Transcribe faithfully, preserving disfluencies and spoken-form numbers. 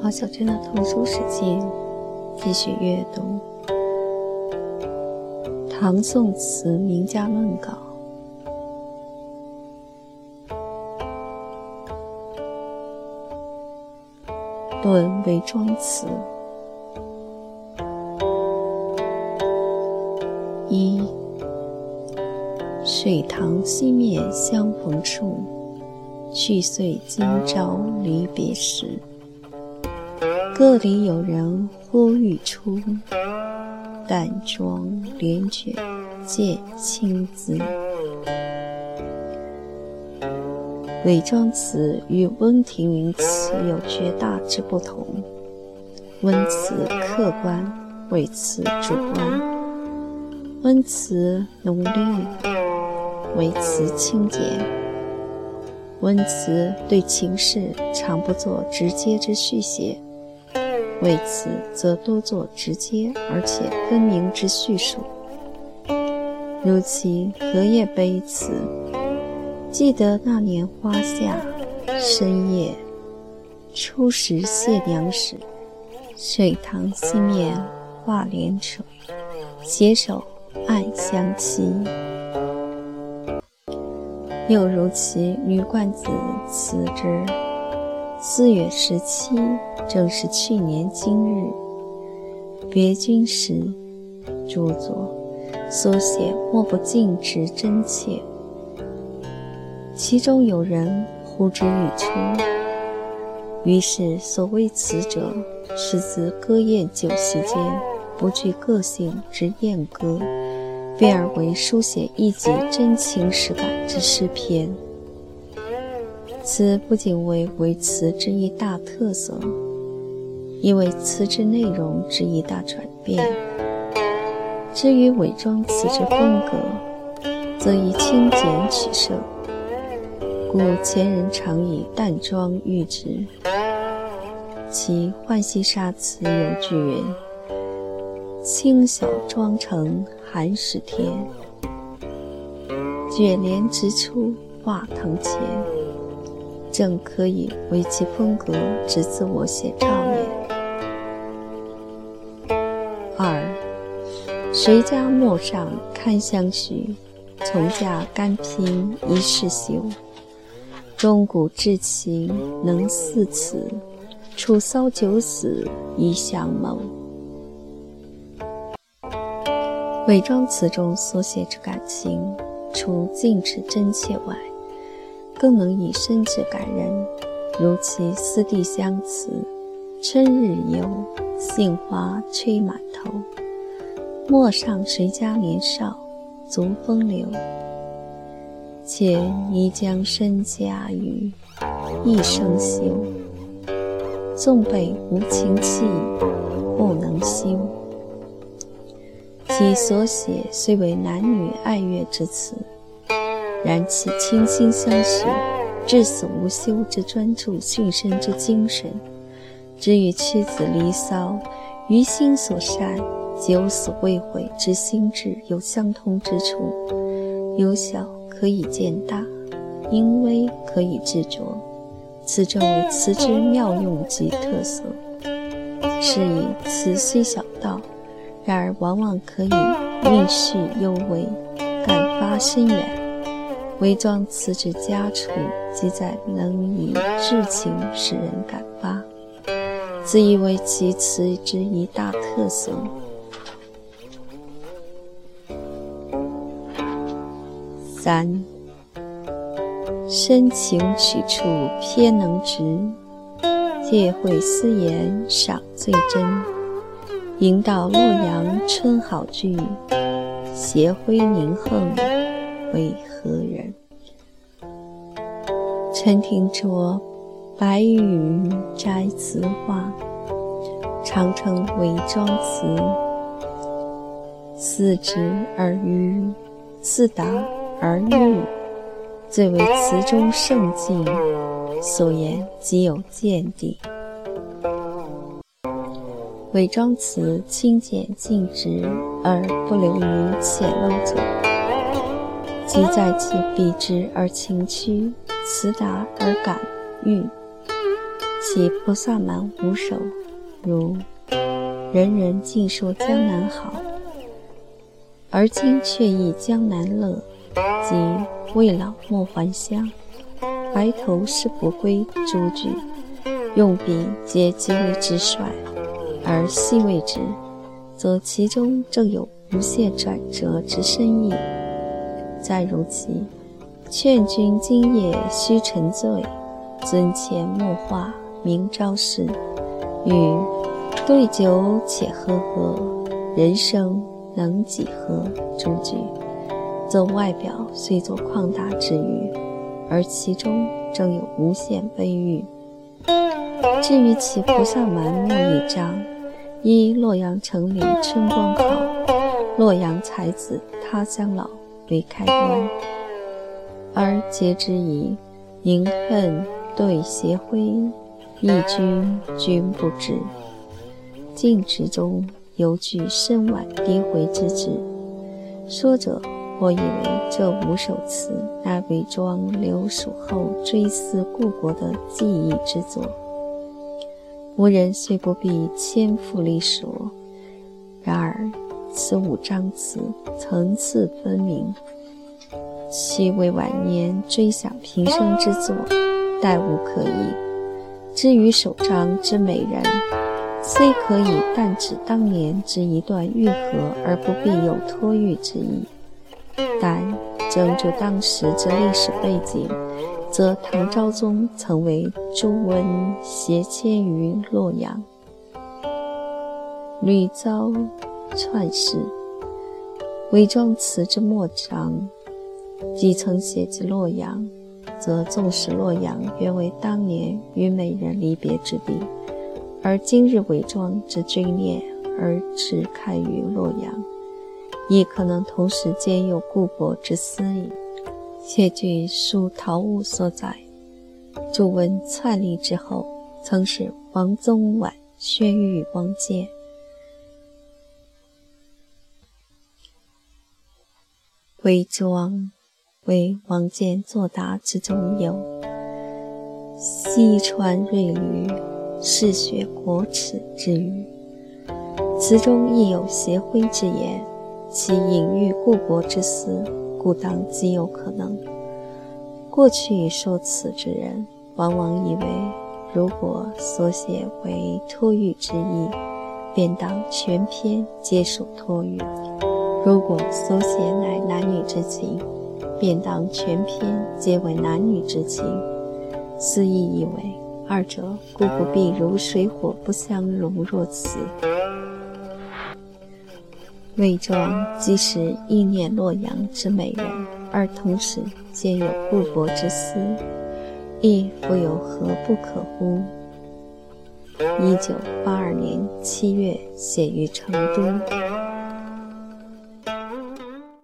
好小珍的童书时间，继续阅读唐宋词名家论稿。论伪装词。一，水塘西面相逢处，去岁今朝离别时。歌里有人呼吁出，淡妆帘卷见青姿。伪装词与温庭筠词有绝大之不同。温词客观，伪词主观。温词浓丽，伪词清简。温词对情事常不做直接之续写，伪词则多做直接而且分明之叙述。如其荷叶碑词，记得那年花下深夜，初识谢娘时，水塘西面画帘水，携手暗香期。又如其吕冠子词之四月十七，正是去年今日，别君时，著作所写莫不尽之真切。其中有人呼之欲出，于是所谓词者，是自歌宴酒席间不具个性之宴歌，变而为书写一己真情实感之诗篇。此不仅为伪词之一大特色，亦为词之内容之一大转变。至于伪装词之风格，则以清简取胜，故前人常以淡妆喻之。其《浣溪沙》词有句云：清晓妆成寒食天，卷帘直出画堂前，正可以为其风格之自我写照也。二，谁家陌上堪相许，从家甘拼一世休。钟鼓至情能似此，楚骚九死一相谋。伪装词中所写之感情，除尽致真切外，更能以深致感人，如其思地乡词：春日游，杏花吹满头。陌上谁家年少，足风流。且泥浆身家余，一生休。纵被无情弃，不能休。其所写虽为男女爱乐之词，然其倾心相许、至死无休之专注殉身之精神，之与妻子离骚、于心所善、九死未悔之心志有相通之处。由小可以见大，因微可以制着，此正为词之妙用及特色。是以词虽小道，然而往往可以蕴蓄幽微，感发深远。伪装词之佳处，即在能以至情使人感发，自以为其词之一大特色。三，深情取处偏能直，借会私言赏最真。引导洛阳春好句，斜晖凝横为何人？陈廷卓白羽摘词话，常称伪装词。似直而迂，似达而喻，最为词中胜境，所言极有见地。伪装词清简尽直，而不流于浅陋者，即在其笔直而情曲，词达而感喻， 其菩萨蛮无首，如人人尽说江南好，而今却忆江南乐，即未老莫还乡，白头是不归诸句，用笔皆极为直率，而细味之，则其中正有无限转折之深意。再如其劝君今夜须沉醉，樽前莫话明朝事，与对酒且呵呵，人生能几何诸句，则外表虽作旷达之语，而其中正有无限悲郁。至于其菩萨蛮末一章，依洛阳城里春光好，洛阳才子他乡老为开端，而皆之以宁恨对斜晖，忆君君不知，尽之中犹具深婉低回之志。说者或以为这五首词乃伪装留蜀后追思故国的记忆之作。吾人虽不必千复力说，然而此五章词层次分明，其为晚年追想平生之作，殆无可议。至于首章之美人，虽可以但指当年之一段愈合，而不必有托喻之意，但正就当时之历史背景，则唐昭宗曾为朱温携迁于洛阳，屡遭篡事。伪装词之末章既曾写及洛阳，则纵使洛阳原为当年与美人离别之地，而今日伪装之追念而只开于洛阳，亦可能同时兼有故国之思矣。且据书陶武所载，朱温篡立之后，曾使王宗婉宣谕王建，伪装为王建作答之中有西川锐驴，嗜血国耻之语，词中亦有斜晖之言，其隐喻故国之思，故当极有可能。过去说此之人，往往以为如果所写为托喻之意，便当全篇皆属托喻；如果所写乃男女之情，便当全篇皆为男女之情。思意以为二者故不必如水火不相容若此。伪装即使意念洛阳之美人，而同时兼有故国之思，亦复有何不可乎？一九八二年七月写于成都。